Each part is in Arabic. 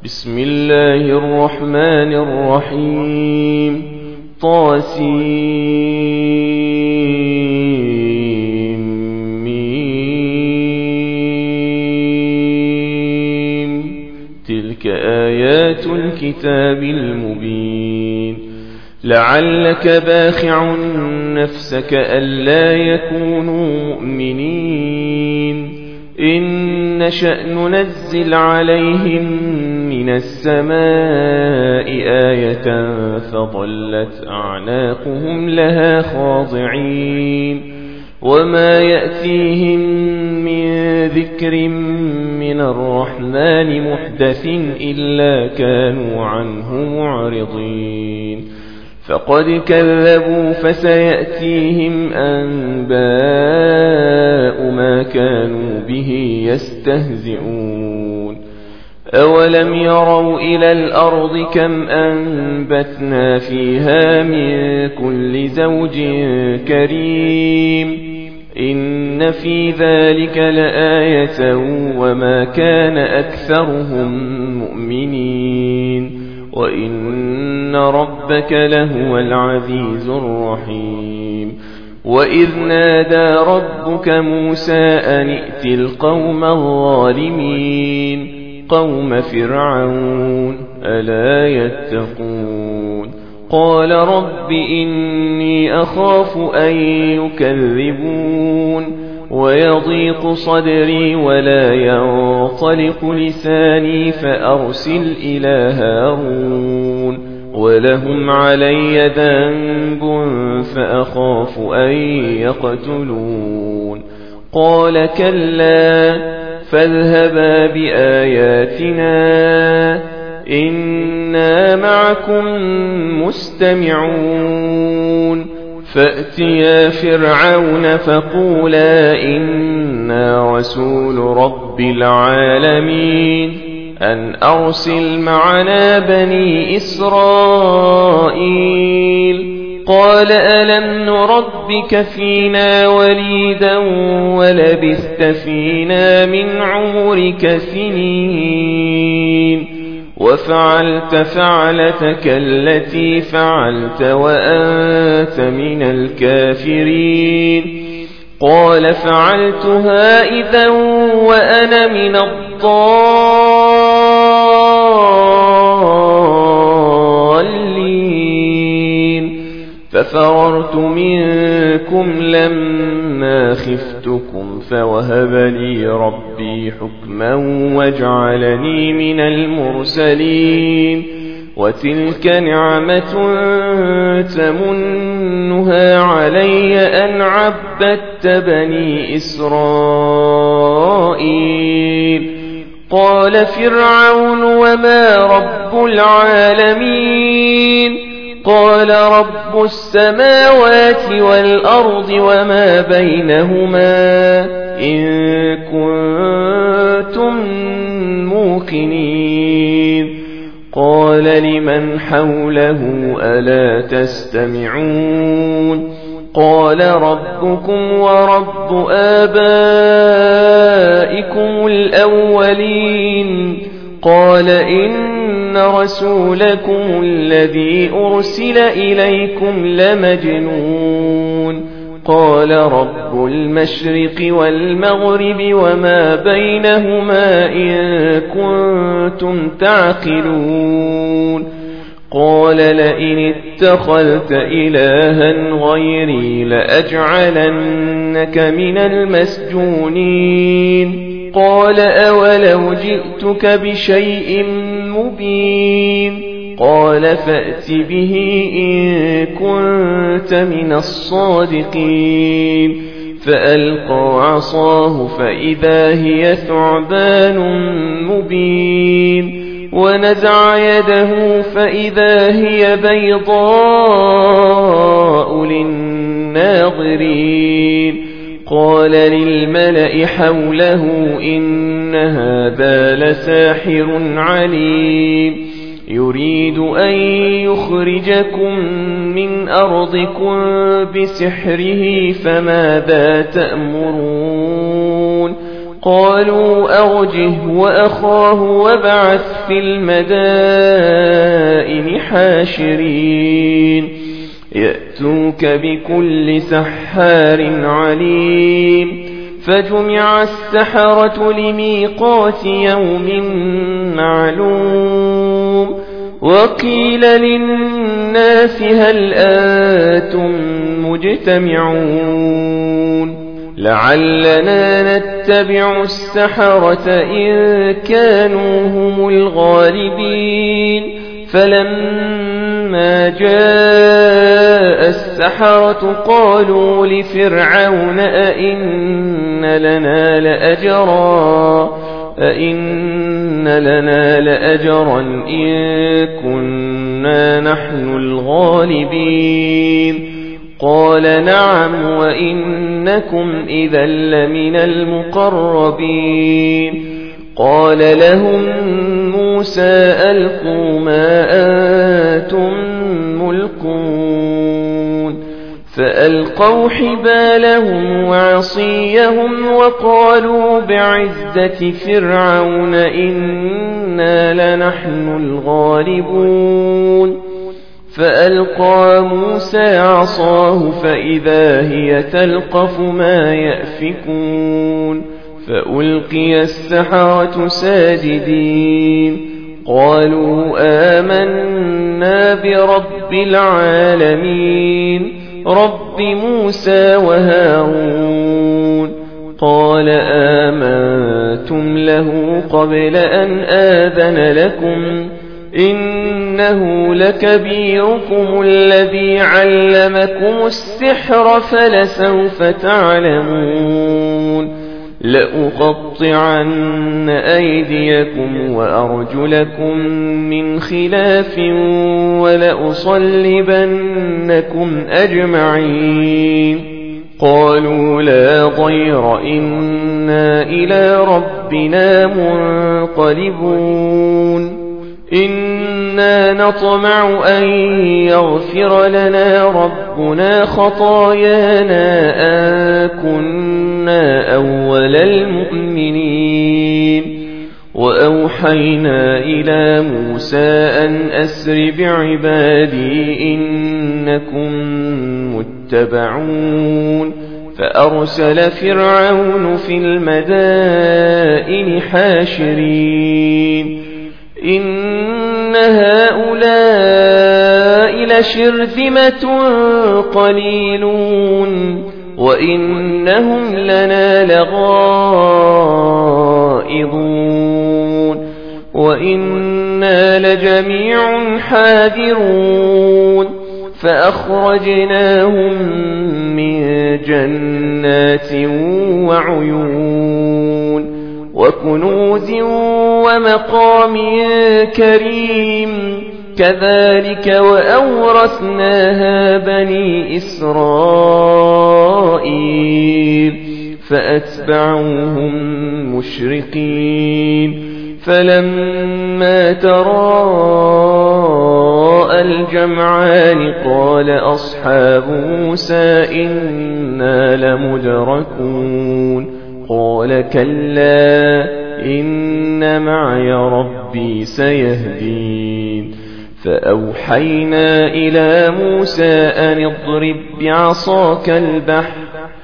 بسم الله الرحمن الرحيم طاسيم. تلك آيات الكتاب المبين. لعلك باخع نفسك ألا يكونوا مؤمنين إن نشأ ننزل عليهم من السماء آية فظلت أعناقهم لها خاضعين وما يأتيهم من ذكر من الرحمن محدث إلا كانوا عنه معرضين فقد كذبوا فسيأتيهم أنباء ما كانوا به يستهزئون. أولم يروا إلى الأرض كم أنبتنا فيها من كل زوج كريم إن في ذلك لآية وما كان أكثرهم مؤمنين وإن ربك لهو العزيز الرحيم. وإذ نادى ربك موسى أن ائت القوم الظالمين قوم فرعون ألا يتقون قال رب إني أخاف أن يكذبون ويضيق صدري ولا ينطلق لساني فأرسل إلى هارون ولهم علي ذنب فأخاف أن يقتلون قال كلا فاذهبا بآياتنا إنا معكم مستمعون فأتيا فرعون فقولا إنا رسول رب العالمين أن أرسل معنا بني إسرائيل قال ألم نربك فينا وليدا ولبثت فينا من عمرك سنين وفعلت فعلتك التي فعلت وأنت من الكافرين قال فعلتها إذا وأنا من الضالين ففررت منكم لما خفتكم فوهب لي ربي حكما وجعلني من المرسلين وتلك نعمة تمنها علي أن عبدت بني إسرائيل قال فرعون وما رب العالمين قال رب السماوات والأرض وما بينهما إن كنتم موقنين قال لمن حوله ألا تستمعون قال ربكم ورب آبائكم الأولين قال إن رسولكم الذي أرسل إليكم لمجنون قال رب المشرق والمغرب وما بينهما إن كنتم تعقلون قال لئن اتخذت إلها غيري لأجعلنك من المسجونين قال أولو جئتك بشيء مبين قال فأت به إن كنت من الصادقين فألقى عصاه فإذا هي ثعبان مبين ونزع يده فإذا هي بيضاء للناظرين قال للملأ حوله إن هذا لساحر عليم يريد أن يخرجكم من أرضكم بسحره فماذا تأمرون قالوا أرجه وأخاه وابعث في المدائن حاشرين يأتوك بكل سحار عليم فجمع السحرة لميقات يوم معلوم وقيل للناس هل أنتم مجتمعون لعلنا نتبع السحرة إن كانوا هم الغالبين فلما جاء السحرة قالوا لفرعون أئن لنا لأجرا إن كنا نحن الغالبين قال نعم وإنكم إذا لمن المقربين قال لهم موسى ألقوا ما أنتم ملقون فألقوا حبالهم وعصيهم وقالوا بعزة فرعون إنا لنحن الغالبون فألقى موسى عصاه فإذا هي تلقف ما يأفكون فألقي السحرة ساجدين قالوا آمنا برب العالمين رب موسى وهارون قال آمنتم له قبل أن آذن لكم إنه لكبيركم الذي علمكم السحر فلسوف تعلمون لأقطعن أيديكم وأرجلكم من خلاف ولأصلبنكم أجمعين قالوا لا ضير إنا إلى ربنا منقلبون إنا نطمع أن يغفر لنا ربنا خطايانا أن كنا أول المؤمنين وأوحينا إلى موسى أن أسر بعبادي إنكم متبعون فأرسل فرعون في المدائن حاشرين إن هؤلاء لشرذمة قليلون وإنهم لنا لغائظون وإنا لجميع حاذرون فأخرجناهم من جنات وعيون وكنوز ومقام كريم كذلك وأورثناها بني إسرائيل فأتبعوهم مشرقين فلما تراءى الجمعان قال أصحاب موسى إنا لمدركون قال كلا إن معي ربي سيهدين فأوحينا إلى موسى أن اضرب بعصاك البحر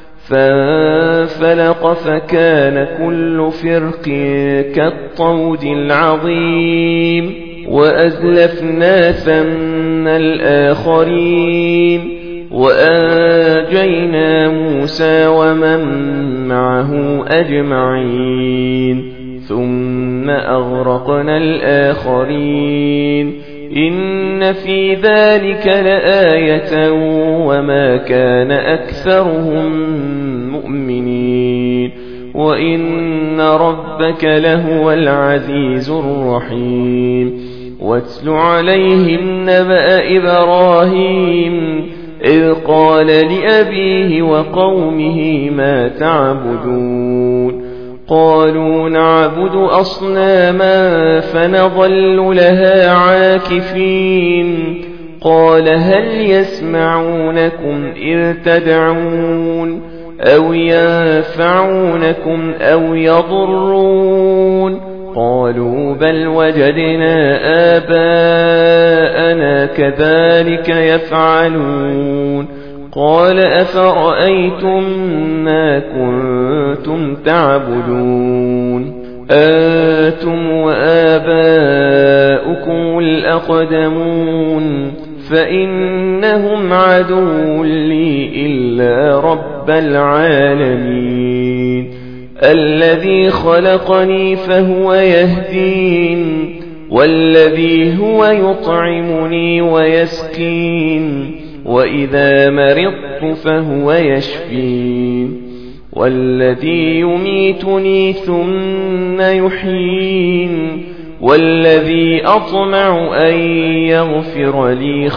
فانفلق فكان كل فرق كالطود العظيم وأزلفنا ثم الآخرين وأنجينا موسى ومن معه أجمعين ثم أغرقنا الآخرين إن في ذلك لآية وما كان أكثرهم مؤمنين وإن ربك لهو العزيز الرحيم واتل عليهم نبأ إبراهيم إذ قال لأبيه وقومه ما تعبدون قالوا نعبد أصناما فنظل لها عاكفين قال هل يسمعونكم إذ تدعون أو ينفعونكم أو يضرون قالوا بل وجدنا آباءنا كذلك يفعلون قال أفرأيتم ما كنتم تعبدون أنتم وآباؤكم الأقدمون فإنهم عدو لي إلا رب العالمين الذي خلقني فهو يهدين والذي هو يطعمني ويسكين وإذا مرضت فهو يشفين والذي يميتني ثم يحيين والذي أطمع أن يغفر لي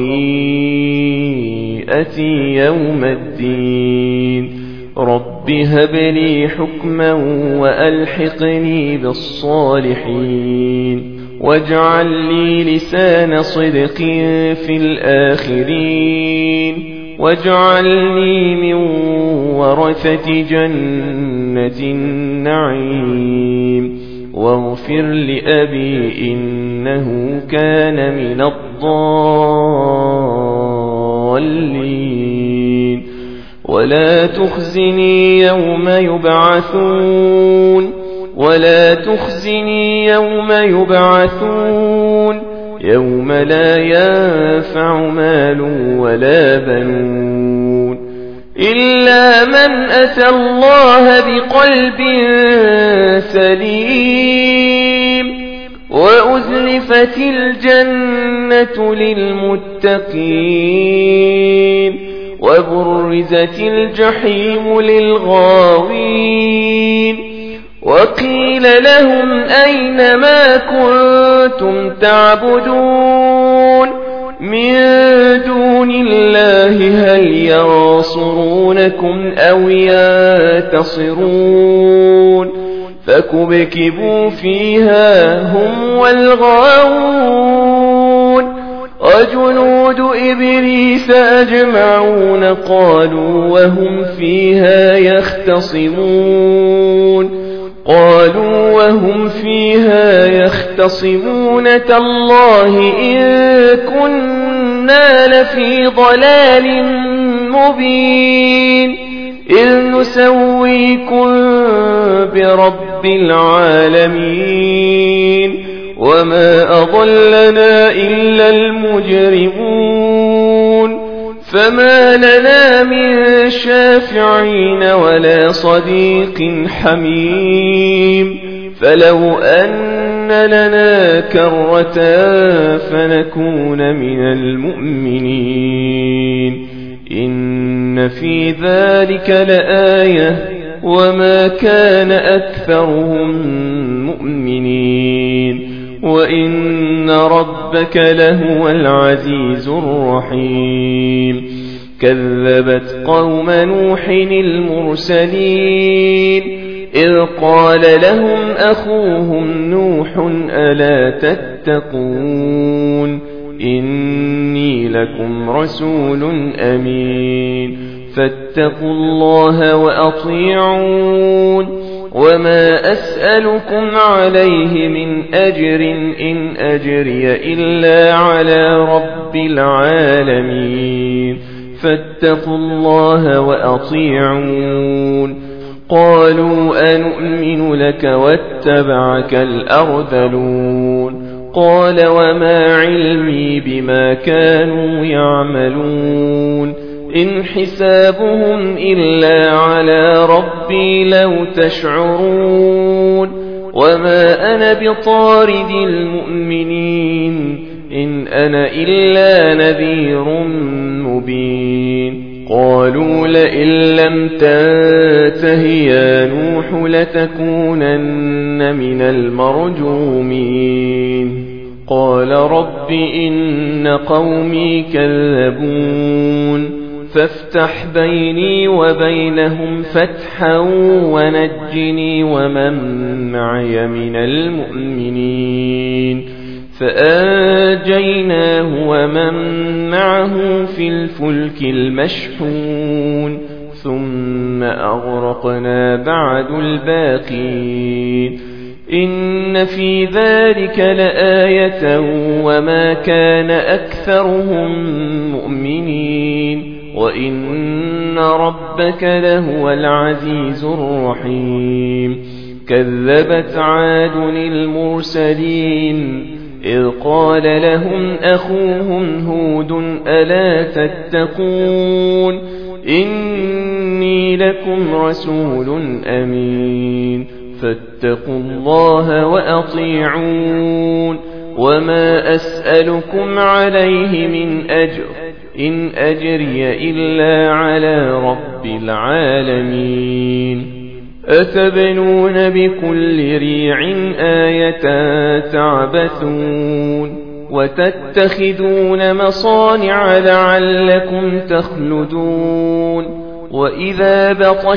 خطيئتي يوم الدين رب هب لي حكما وألحقني بالصالحين واجعل لي لسان صدق في الآخرين واجعلني من ورثة جنة النعيم واغفر لأبي إنه كان من الضالين ولا تخزني يوم يبعثون ولا تخزني يوم يبعثون يوم لا ينفع مال ولا بنون إلا من أتى الله بقلب سليم وأزلفت الجنة للمتقين وبرزت الجحيم للغاوين وقيل لهم أين ما كنتم تعبدون من دون الله هل ينصرونكم أو ينتصرون فكبكبوا فيها هم والغاوون وجنود إبليس أجمعون قالوا وهم فيها يختصمون تالله إن كنا لفي ضلال مبين إذ نسويكم برب العالمين وما أضلنا إلا المجرمون فما لنا من شافعين ولا صديق حميم فلو أن لنا كرة فنكون من المؤمنين إن في ذلك لآية وما كان أكثرهم مؤمنين وإن ربك لهو العزيز الرحيم كذبت قوم نوح المرسلين إذ قال لهم أخوهم نوح ألا تتقون إني لكم رسول أمين فاتقوا الله وأطيعون وما أسألكم عليه من أجر إن أجري إلا على رب العالمين فاتقوا الله وأطيعون قالوا أنؤمن لك واتبعك الأرذلون قال وما علمي بما كانوا يعملون إن حسابهم إلا على ربي لو تشعرون وما أنا بطارد المؤمنين إن أنا إلا نذير مبين قالوا لئن لم تنته يا نوح لتكونن من المرجومين قال رب إن قومي كذبون فافتح بيني وبينهم فتحا ونجني ومن معي من المؤمنين فآجيناه ومن معه في الفلك المشحون ثم أغرقنا بعد الباقين إن في ذلك لآية وما كان أكثرهم مؤمنين وإن ربك لهو العزيز الرحيم كذبت عاد المرسلين إذ قال لهم أخوهم هود ألا تتقون إني لكم رسول أمين فاتقوا الله وأطيعون وما أسألكم عليه من أجر إن أجري إلا على رب العالمين أتبنون بكل ريع آية تعبثون وتتخذون مصانع لعلكم تخلدون وإذا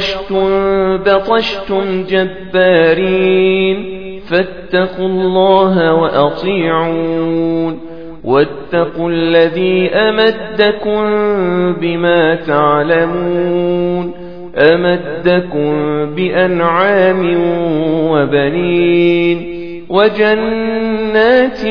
بطشتم جبارين فاتقوا الله وأطيعون واتقوا الذي أمدكم بما تعلمون أمدكم بأنعام وبنين وجنات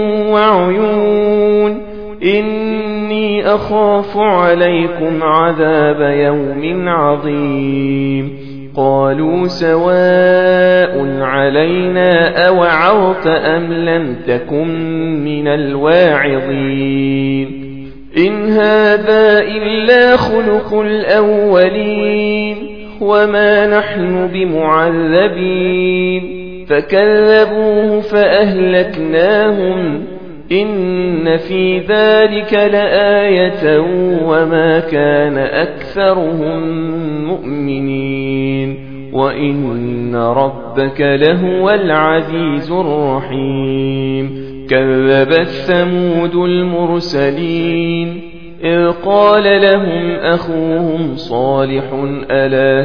وعيون إني أخاف عليكم عذاب يوم عظيم قالوا سواء علينا أوعظت أم لم تكن من الواعظين إن هذا إلا خلق الأولين وما نحن بمعذبين فكذبوه فأهلكناهم إن في ذلك لآية وما كان أكثرهم مؤمنين وإن ربك لهو العزيز الرحيم كذبت ثمود المرسلين إذ قال لهم أخوهم صالح ألا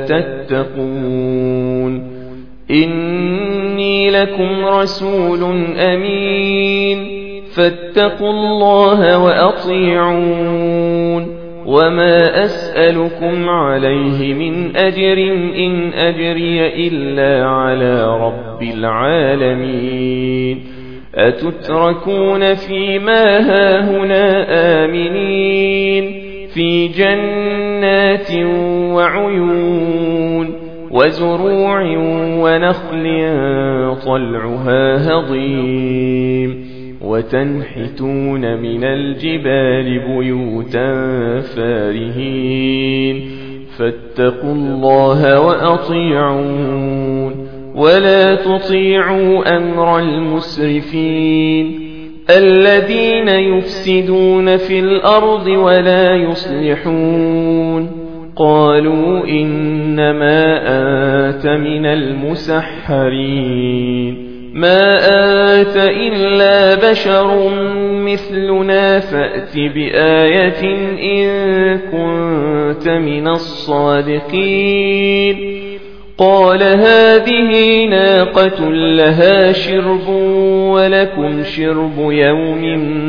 تتقون إني لكم رسول أمين فاتقوا الله وأطيعون وما أسألكم عليه من أجر إن أجري إلا على رب العالمين أتتركون فيما هاهنا آمنين في جنات وعيون وزروع ونخل طلعها هضيم وتنحتون من الجبال بيوتا فارهين فاتقوا الله وأطيعون ولا تطيعوا أمر المسرفين الذين يفسدون في الأرض ولا يصلحون قالوا إنما أنت من المسحرين ما أنت إلا بشر مثلنا فأت بآية إن كنت من الصادقين قال هذه ناقة لها شرب ولكم شرب يوم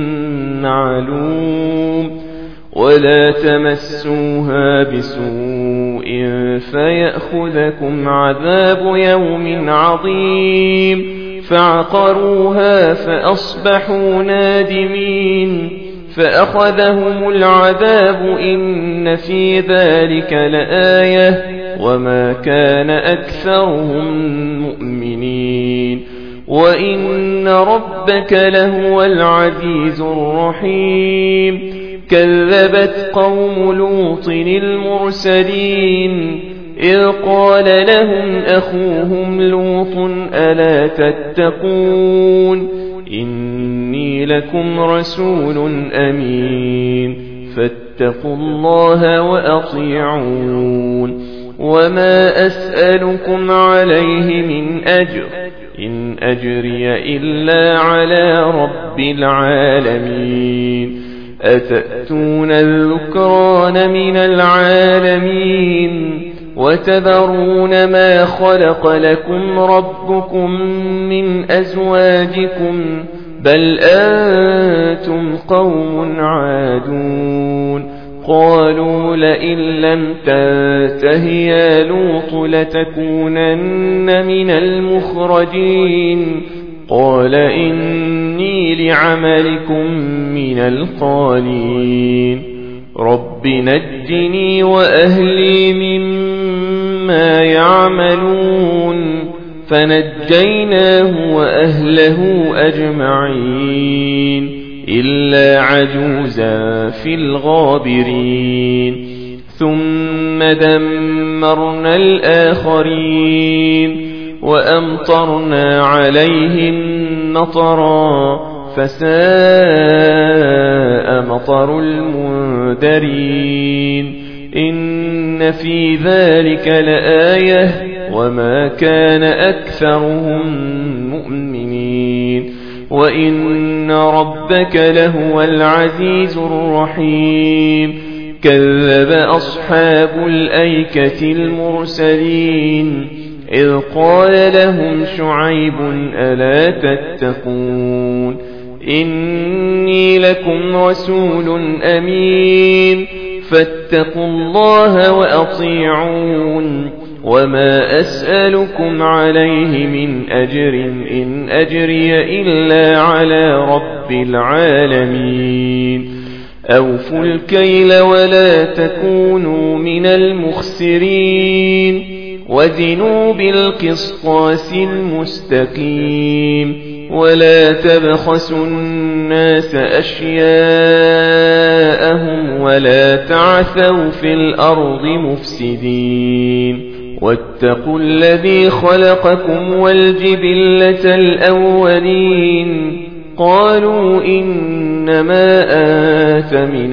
معلوم ولا تمسوها بسوء فيأخذكم عذاب يوم عظيم فعقروها فأصبحوا نادمين فأخذهم العذاب إن في ذلك لآية وما كان أكثرهم مؤمنين وإن ربك لهو العزيز الرحيم كذبت قوم لوط المرسلين إذ قال لهم أخوهم لوط ألا تتقون إني لكم رسول أمين فاتقوا الله وأطيعون وما أسألكم عليه من أجر إن أجري إلا على رب العالمين أتأتون الذكران من العالمين وتذرون ما خلق لكم ربكم من أزواجكم بل أنتم قوم عادون قالوا لئن لم تنته يا لوط لتكونن من المخرجين قال إني لعملكم من القالين رب نجني وأهلي مما يعملون فنجيناه وأهله أجمعين إلا عجوزا في الغابرين ثم دمرنا الآخرين وأمطرنا عليهم مطرا فساء مطر المنذرين إن في ذلك لآية وما كان أكثرهم مؤمنين وإن ربك لهو العزيز الرحيم كذب أصحاب الأيكة المرسلين إذ قال لهم شعيب ألا تتقون إني لكم رسول أمين فاتقوا الله وأطيعون وما أسألكم عليه من أجر إن أجري إلا على رب العالمين أوفوا الكيل ولا تكونوا من المخسرين وزنوا بالقسطاس المستقيم ولا تبخسوا الناس أشياءهم ولا تعثوا في الأرض مفسدين واتقوا الذي خلقكم والجبلة الأولين قالوا إنما أنت من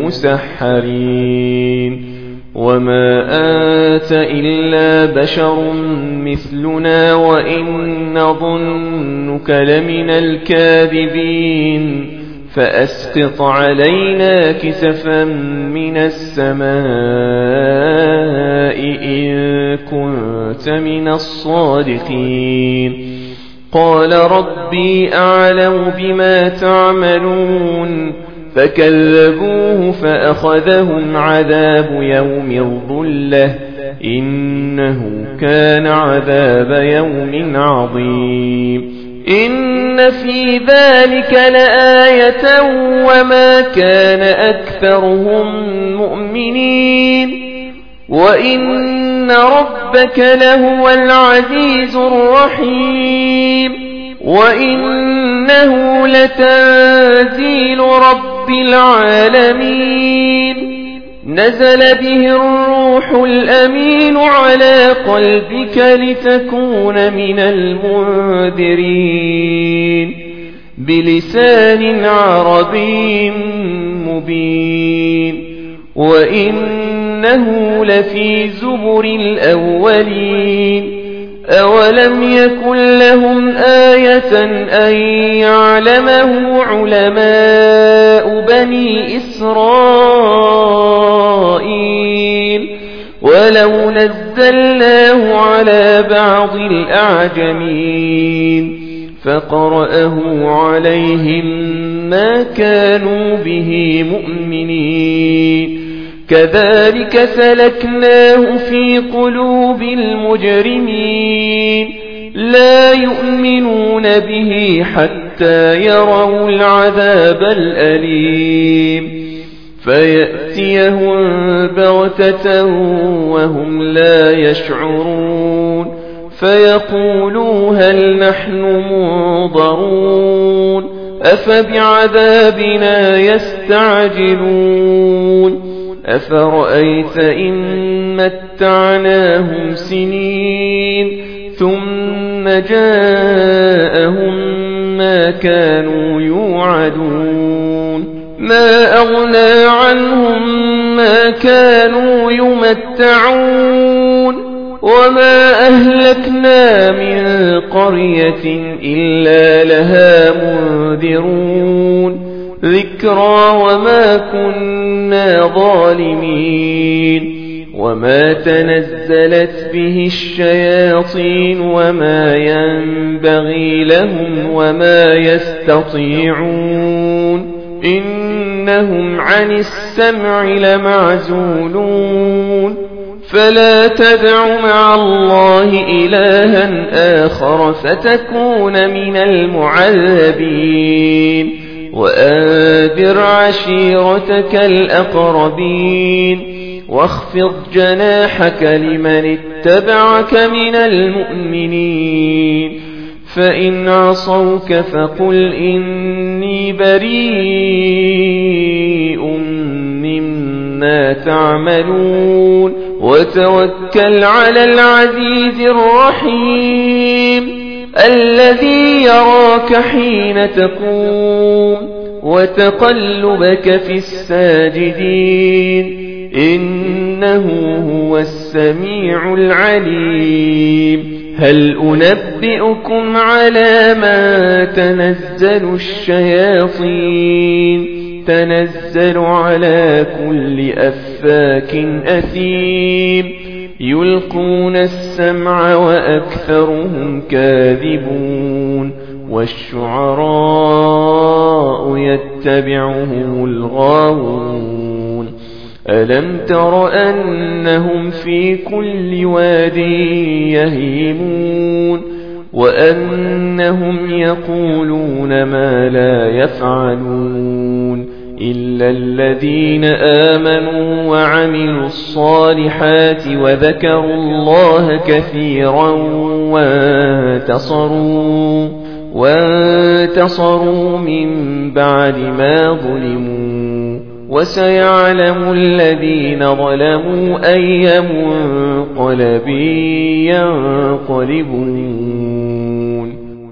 المسحرين وما أنت إلا بشر مثلنا وإن نظنك لمن الكاذبين فأسقط علينا كسفا من السماء إن كنت من الصادقين قال ربي أعلم بما تعملون فكذبوه فأخذهم عذاب يوم الظلة إنه كان عذاب يوم عظيم إن في ذلك لآية وما كان أكثرهم مؤمنين وإن ربك لهو العزيز الرحيم وإنه لتنزيل رب العالمين نزل به الروح الأمين على قلبك لتكون من المنذرين بلسان عربي مبين وإنه لفي زبر الأولين أولم يكن لهم آية أن يعلمه علماء بني إسرائيل ولو نزلناه على بعض الأعجمين فقرأه عليهم ما كانوا به مؤمنين كذلك سلكناه في قلوب المجرمين لا يؤمنون به حتى يروا العذاب الأليم فيأتيهم بغتة وهم لا يشعرون فيقولوا هل نحن منظرون أفبعذابنا يستعجلون أفرأيت إن متعناهم سنين ثم جاءهم ما كانوا يوعدون ما أغنى عنهم ما كانوا يمتعون وما أهلكنا من قرية إلا لها منذرون ذكرى وما كنا ظالمين وما تنزلت به الشياطين وما ينبغي لهم وما يستطيعون إنهم عن السمع لمعزولون فلا تدع مع الله إلها آخر فتكون من المعذبين وأنذر عشيرتك الأقربين واخفض جناحك لمن اتبعك من المؤمنين فإن عصوك فقل إني بريء مما تعملون وتوكل على العزيز الرحيم الذي يراك حين تقوم وتقلبك في الساجدين إنه هو السميع العليم هل أنبئكم على ما تنزل الشياطين تنزل على كل أفاك أثيم يلقون السمع وأكثرهم كاذبون والشعراء يتبعهم الغاوون ألم تر أنهم في كل واد يهيمون وأنهم يقولون ما لا يفعلون إلا الذين آمنوا وعملوا الصالحات وذكروا الله كثيرا وانتصروا من بعد ما ظلموا وسيعلم الذين ظلموا أي منقلب ينقلبون